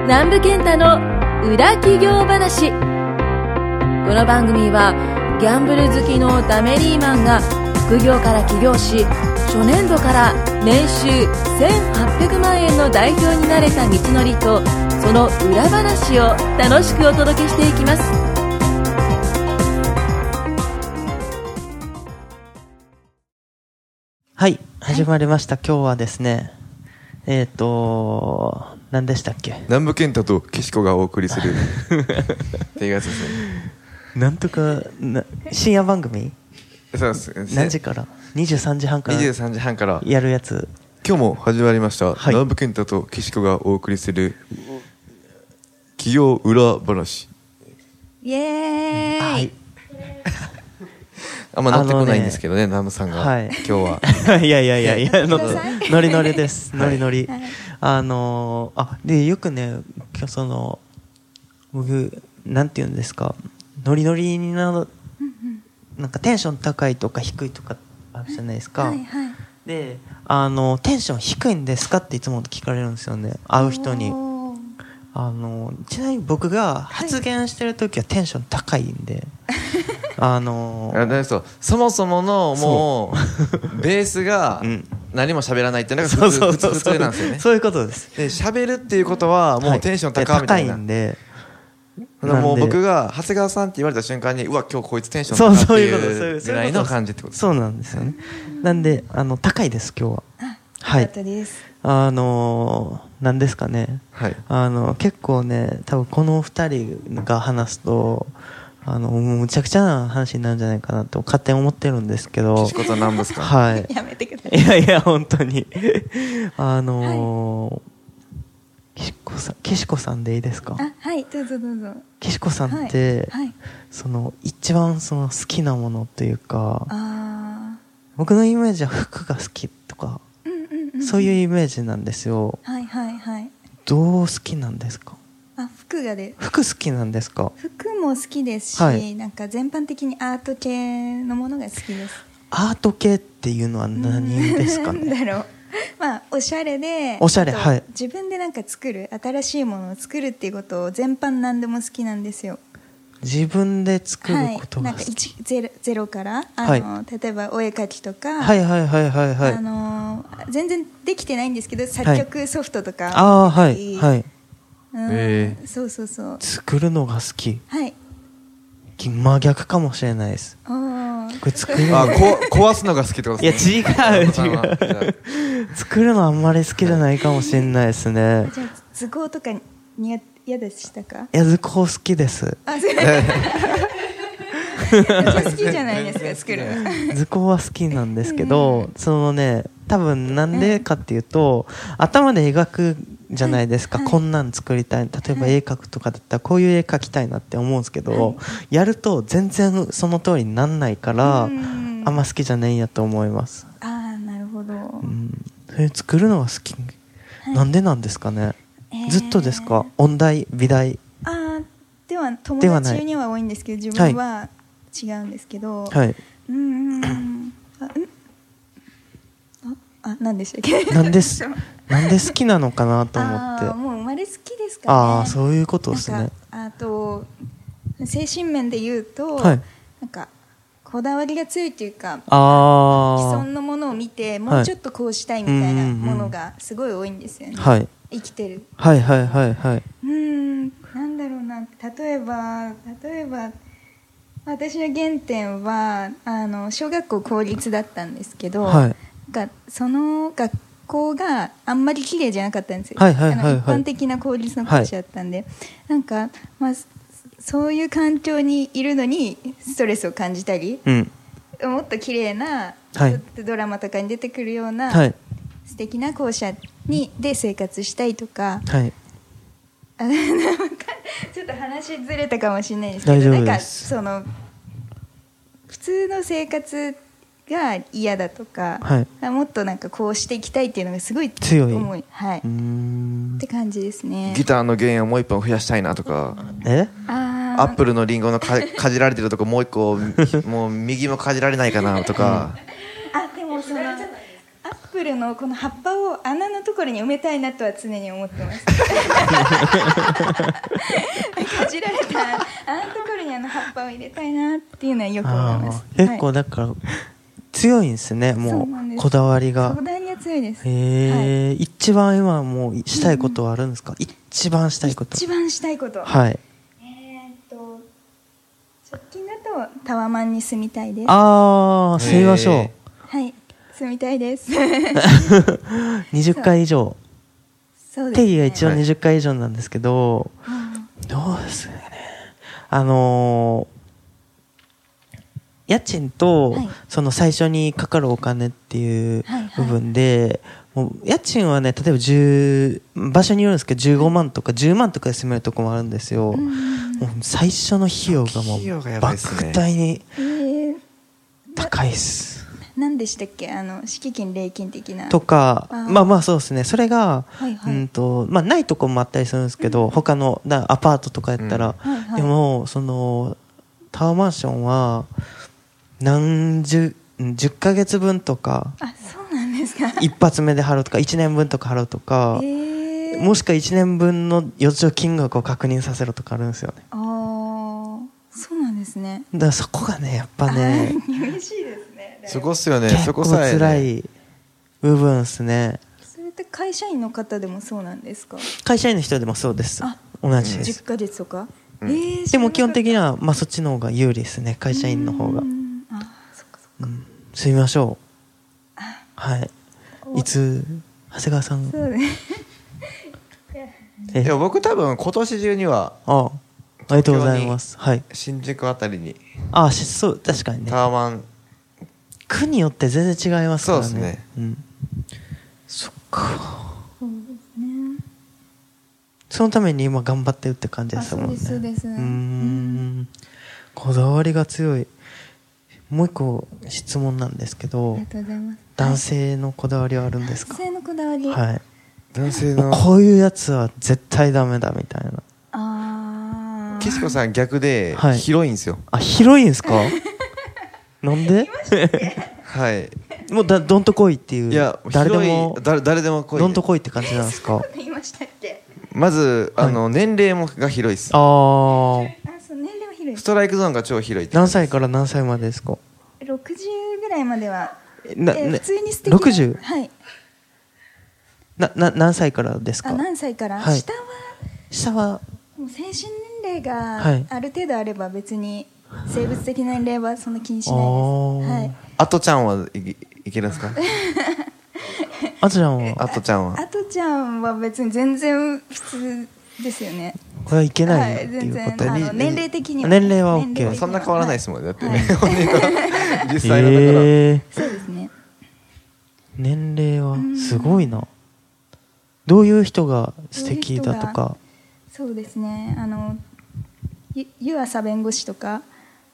南部健太の裏企業話。この番組はギャンブル好きのダメリーマンが副業から起業し、初年度から年収1800万円の代表になれた道のりと、その裏話を楽しくお届けしていきます。 はい、始まりました。今日はですね、何でしたっけ？ 南部健太と岸子がお送りするっていうやつですね。 なんとか深夜番組？ そうですね。 何時から？ 23時半から 23時半からやるやつ。 今日も始まりました、 はい、 南部健太と岸子がお送りする企業裏話。 イエーイ、 はい、 あんま乗ってこないんですけどね、南部さんが、 はい、 今日はいやノリノリです、ノリノリ、 はい、 でよくね、その僕なんて言うんですか、ノリノリになんかテンション高いとか低いとかあるじゃないですか、 はいはい、 でテンション低いんですかっていつも聞かれるんですよね、会う人に。ちなみに僕が発言してる時はテンション高いんで、 そもそものもうベースが何も喋らないっていうのが普通なんですよね。 そういうことです。 で喋るっていうことはもうテンション高みたいな、 高いんで、 もう僕が長谷川さんって言われた瞬間に、うわ今日こいつテンション高いっていうぐらいの感じってことです。 そうなんですよね。なんで高いです今日は。 はい。よかったです。 なんですかね、 はい、 結構ね、多分この2人が話すとむちゃくちゃな話になるんじゃないかなと勝手に思ってるんですけど。 岸子さん何ですか？ はい、 やめてください。 いや本当に岸子さんでいいですか？ はい、どうぞどうぞ。 岸子さんって、はいはい、一番好きなものというか、僕のイメージは服が好きとか、そういうイメージなんですよ。 はいはいはい。 どう好きなんですか？服好きなんですか？ 服も好きですし、はい、なんか全般的にアート系のものが好きです。 アート系っていうのは何ですかね？ なんだろう、まあおしゃれで、 はい、 自分でなんか作る、新しいものを作るっていうことを全般何でも好きなんですよ。 自分で作ることが好き、 はい、なんかゼロからはい、 例えばお絵描きとか、 はいはいはいはいはい、 全然できてないんですけど、作曲ソフトとか、 はいはい、 そうそうそう、 作るのが好き。 はい、 真逆かもしれないです。これ作る壊すのが好きってことですね。 いや違う作るのあんまり好きじゃないかもしれないですね。 じゃあ図工とか嫌でしたか？ いや、図工好きです。 好きじゃないですか、作るの。 図工は好きなんですけど、多分なんでかっていうと、頭で描くじゃないですか、こんなん作りたい、例えば絵描くとかだったらこういう絵描きたいなって思うんですけど、やると全然その通りになんないから、あんま好きじゃないんやと思います。 なるほど。 作るのが好き、なんでなんですかね。ずっとですか？音大、美大？ では友達には多いんですけど、自分は違うんですけど、はい、何でしたっけ？なんで好きなのかなと思って。 もう生まれ好きですかね。 そういうことですね。 あと精神面で言うと、なんかこだわりが強いというか、既存のものを見てもうちょっとこうしたいみたいなものがすごい多いんですよね。はい、生きてる。 はいはいはいはい。 なんだろうな、例えば私の原点は小学校公立だったんですけど、その学校があんまり綺麗じゃなかったんですよ。一般的な公立の校舎だったんで、なんか、そういう環境にいるのにストレスを感じたり、もっと綺麗な、ドラマとかに出てくるような、素敵な校舎で生活したいとか、ちょっと話ずれたかもしれないですけど、なんか普通の生活が嫌だとか、もっとなんかこうしていきたいっていうのがすごい強い思い、って感じですね。 ギターの弦をもう一本増やしたいなとか、アップルのリンゴのかじられてるとこもう一個もう右もかじられないかなとか。 でもアッププルのこの葉っぱを穴のところに埋めたいなとは常に思ってますかじられた穴のところに葉っぱを入れたいなっていうのはよく思います。 結構だから、強いんですね、もうこだわりが。 こだわりが強いです。 一番今もうしたいことはあるんですか？一番したいこと。 一番したいこと。 はい。 直近だとタワマンに住みたいです。 住みましょう。 はい、住みたいです。 20回以上。 そうですね。 定義が一応20回以上なんですけど、どうですかね。家賃と、その最初にかかるお金っていう部分で、もう家賃はね、例えば場所によるんですけど15万とか10万とかで住めるとこもあるんですよ。もう最初の費用がもう莫大に高いです。 何でしたっけ、敷金礼金的なとか、まあそうですね。それが、ないとこもあったりするんですけど、他のアパートとかやったら、でもそのタワーマンションは10ヶ月分とか、 そうなんですか。 一発目で払うとか1年分とか払うとか、もしくは1年分の預貯金額を確認させろとかあるんですよね。 そうなんですね。 だからそこがね、やっぱね、 嬉しいですね。 そこっすよね。 結構辛い部分ですね。 それって会社員の方でもそうなんですか？ 会社員の人でもそうです。同じです。 10ヶ月とか。 でも基本的にはそっちの方が有利ですね。会社員の方が。 そっかそっか。 住みましょう。はい。いつ長谷川さん。 そうね。 いや僕多分今年中には。 ありがとうございます。はい。 新宿あたりに。 そう確かにね。 タワマン。 区によって全然違いますからね。 そうですね。 そっか。 そうですね。 そのために今頑張ってるって感じですもんね。 そうです。 こだわりが強い。もう一個質問なんですけど。 ありがとうございます。 男性のこだわりはあるんですか？ 男性のこだわり。 はい。 男性のこういうやつは絶対ダメだみたいな。 岸子さん逆で広いんですよ。 広いんですか？なんで？ はい。 もうどんと来いっていう。いや、誰でも来い。 どんと来いって感じなんですか？ 言いましたっけ？ まず年齢が広いです。 そう年齢は広い。 ストライクゾーンが超広い。 何歳から何歳までですか ？60ぐらいまでは。普通に素敵。 60？ はい。 何歳からですか？ 何歳から？ 下はもう精神年齢がある程度あれば別に生物的な年齢はそんな気にしないです。はい。 あとちゃんはいけるんですか？ あとちゃんは別に全然普通ですよね。 これはいけないっていうことで、 年齢的には年齢は OK。 そんな変わらないですもんね。だって実際のところ。 そうですね。 年齢はすごいな。どういう人が素敵だとか。 そうですね。湯浅弁護士とか。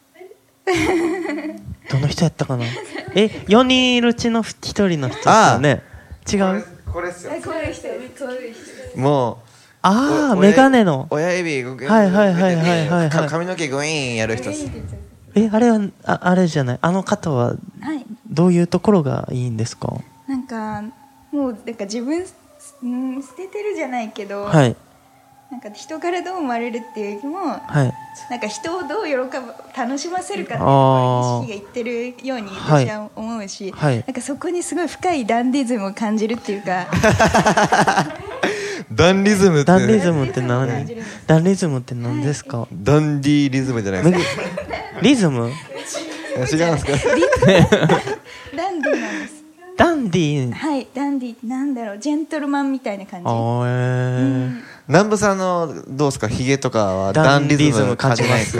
どの人やったかな。4人いるうちの1人の人ですよね。違う。 これっすよ。 こういう人。 もうメガネの親指はい髪の毛グイーンやる人です。 あれはあれじゃない。あの方はどういうところがいいんですか？ なんかもう自分捨ててるじゃないけど、 はい。 なんか人からどう思われるっていうよりも、 はい、 なんか人をどう楽しませるかっていうのを意識がいってるように私は思うし、なんかそこにすごい深いダンディズムを感じるっていうか。 ダンディズムって何ですか？ ダンディリズムじゃないですか？ リズム？違うんですか？ ダンディなんです。 ダンディ。 はい、ダンディなんだろう、ジェントルマンみたいな感じ。 南部さんのどうですか？ヒゲとかはダンディズム感じないですか？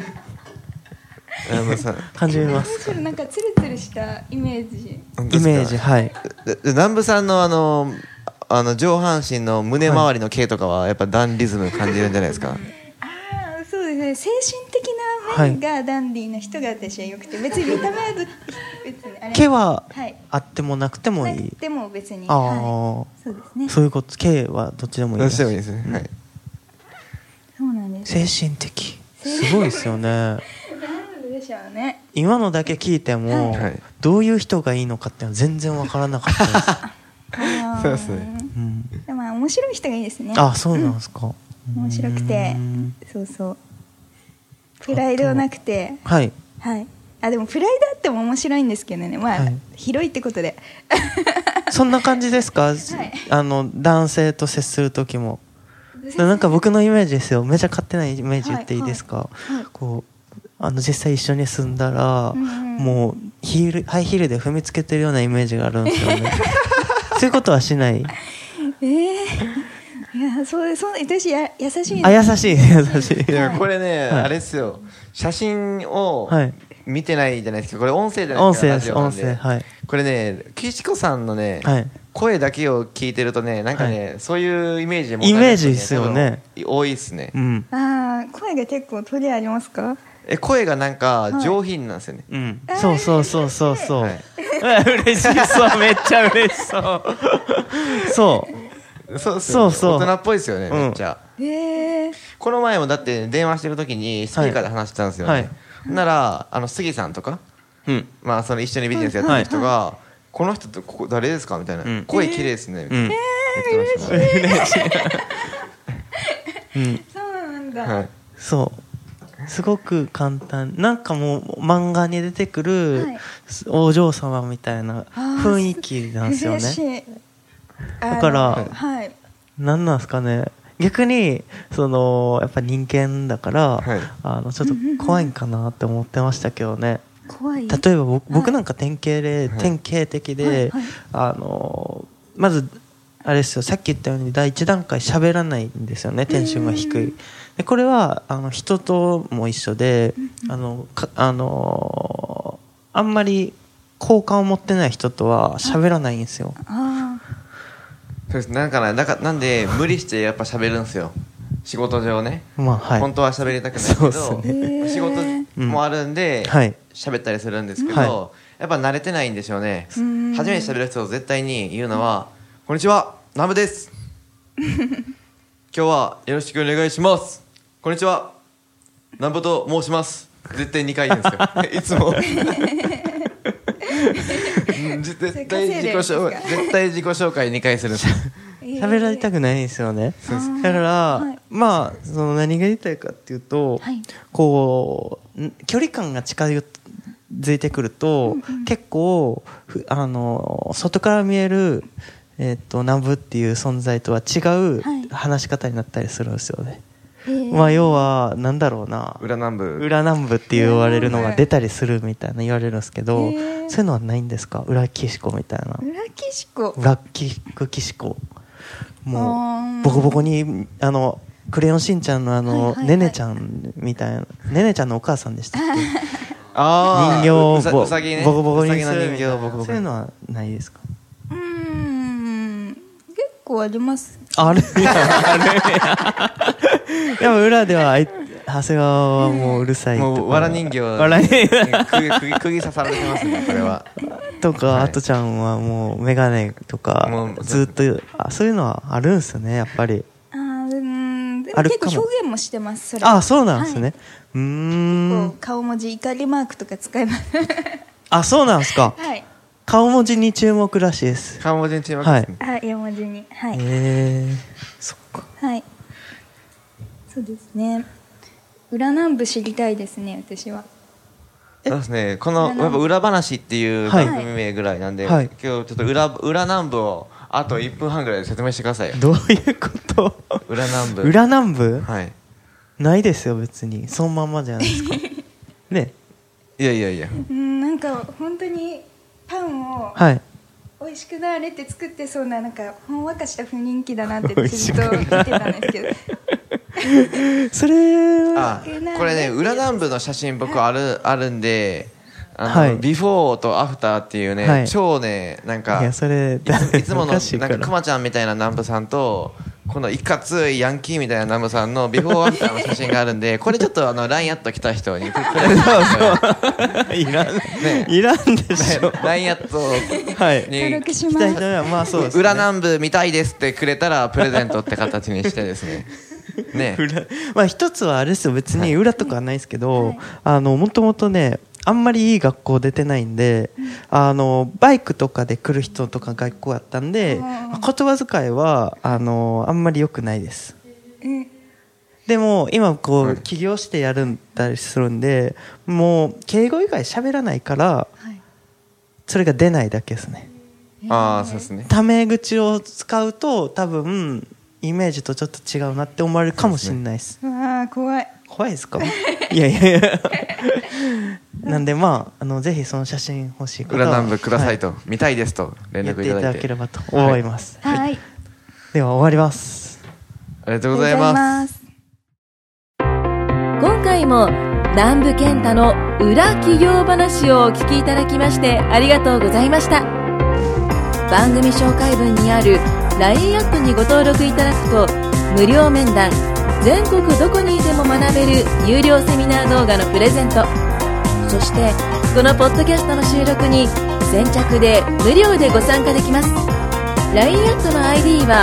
南部さん感じますか？ なんかツルツルしたイメージ。 はい。 南部さんの上半身の胸周りの毛とかはやっぱダンディズム感じるんじゃないですか？ そうですね。精神的な面がダンディーな人が私はよくて、別に見た目は別に毛はあってもなくてもいい。 でも別に。 そうですね。 そういうこと。毛はどっちでもいい。 どっちでもいいですね。はい。 そうなんです。 精神的。すごいですよね。 なんでしょうね。 今のだけ聞いても、 はい、 どういう人がいいのかっていうのは全然わからなかったですそうですね、 でも面白い人がいいですね。 あ、そうなんですか、 面白くて、そうそう、プライドなくて、 はい、 はい、あ、でもプライドあっても面白いんですけどね、まあ、はい、広いってことでそんな感じですか、はい、男性と接する時も。なんか僕のイメージですよ、めちゃ勝手なイメージ言っていいですか、はいはい、こう実際一緒に住んだら、もうハイヒールで踏みつけてるようなイメージがあるんですよねそういうことはしない？いや、そう私優しい、 あ、優しいいや、これね、はい、あれですよ、写真を見てないじゃないですか、これ音声じゃないですか、 音声です、音声、はい、 これね、岸子さんのね、はい、声だけを聞いてるとね、なんかね、はい、そういうイメージで、 イメージですよね、 多いですね、 ああ、声が結構トリありますか？ 声がなんか上品なんですよね、 はい、そうそうそうそうそう、はい嬉しそう、めっちゃ嬉しそうそうそうそう、 大人っぽいですよね、めっちゃ。この前もだって電話してる時にスピーカーで話してたんですよね、はい、なら杉さんとか、まあ、その一緒にビジネスやってる人が、この人ってここ誰ですかみたいな、声綺麗ですねみたいな言ってましたね。 嬉しいそうなんだ、はい、 そうすごく簡単、なんかもう漫画に出てくるお嬢様みたいな雰囲気なんですよね。だから、はい、なんなんですかね、逆にやっぱ人間だから、はい、ちょっと怖いんかなって思ってましたけどね。 怖い。 例えば僕なんか典型的で、まずあれですよ、さっき言ったように第一段階喋らないんですよね、テンションが低い。でこれは人とも一緒で、あんまり好感を持ってない人とは喋らないんですよ。 そうです。なんで無理してやっぱ喋るんですよ、仕事上ね、まあ、はい、本当は喋りたくないけど、ね、仕事もあるんで喋ったりするんですけど、はい、やっぱ慣れてないんでしょうね。初めて喋る人と絶対に言うのは、こんにちは、ナムです今日はよろしくお願いします、こんにちは、なんぼと申します、絶対2回言うんですよいつも絶対自己紹介2回するんですよ喋られたくないんですよね。だから、はい、まあ何が言いたいかっていうと、はい、こう距離感が近づいてくると、結構外から見える南部っていう存在とは違う話し方になったりするんですよね。まあ要はなんだろうな、 裏南部って言われるのが出たりするみたいな言われるんですけど、そういうのはないんですか？裏岸子みたいな。 裏岸子もうボコボコにクレヨンしんちゃんのねねちゃんみたいな、ねねちゃんのお母さんでしたっけ人形をボコボコにするみたいな、そういうのはないですか？ 結構あります。 あるでも裏では長谷川はもううるさいとか、 もうわら人形釘刺されてますね、これはとか、はい、あとちゃんはもうメガネとかずっとそういうのはあるんですよね、やっぱり。 でも結構表現もしてます、それ。 あ、そうなんですね、はい、 結構顔文字怒りマークとか使いますあ、そうなんですか、はい、顔文字に注目らしいです。 顔文字に注目ですね、 はい、4文字に、はい、 そっか、 はい、そうですね。裏南部知りたいですね、私は。 そうですね、このやっぱ裏話っていう番組名ぐらいなんで、はい、今日ちょっと裏南部をあと1分半ぐらいで説明してくださいよ。 どういうこと？裏南部、 はい、 ないですよ別に、そのまんまじゃないですかね。 いやなんか本当にパンを美味しくなれって作ってそうな、なんかほんわかした雰囲気だなってずっと言ってたんですけどそれはこれね、裏南部の写真僕あるんで、はい、ビフォーとアフターっていうね、はい、超ね、なんかいつものなんかクマちゃんみたいな南部さんと、このいかついヤンキーみたいな南部さんのビフォーアフターの写真があるんで、これちょっとLINE アット来た人にプレゼントいらんでしょ。 LINE アットに登録します。 まあそうですね、 裏南部見たいですってくれたらプレゼントって形にしてですねまあ一つはあれですよ、別に裏とかはないですけど、もともとね、 あんまりいい学校出てないんで、バイクとかで来る人とか学校やったんで、言葉遣いはあんまり良くないです。でも今こう起業してやるんだりするんで、もう敬語以外喋らないから、それが出ないだけですね。 ああ、そうですね。 タメ口を使うと多分イメージとちょっと違うなって思われるかもしれないです。 ああ、怖い。 怖いですか？いやいやいや。なんでまあぜひその写真欲しい方は裏南部くださいと、見たいですと連絡いただいて言っていただければと思います。 はい。 では終わります。 ありがとうございます。 今回も南部健太の裏企業話をお聞きいただきましてありがとうございました。番組紹介文にある LINE アットにご登録いただくと無料面談、全国どこにいても学べる有料セミナー動画のプレゼント、そしてこのポッドキャストの収録に先着で無料でご参加できます。 LINE アットの ID は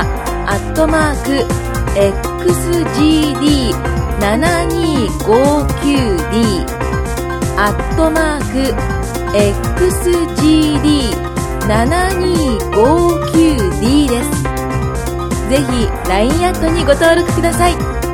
@XGD7259D@XGD7259D です。ぜひ LINE アットにご登録ください。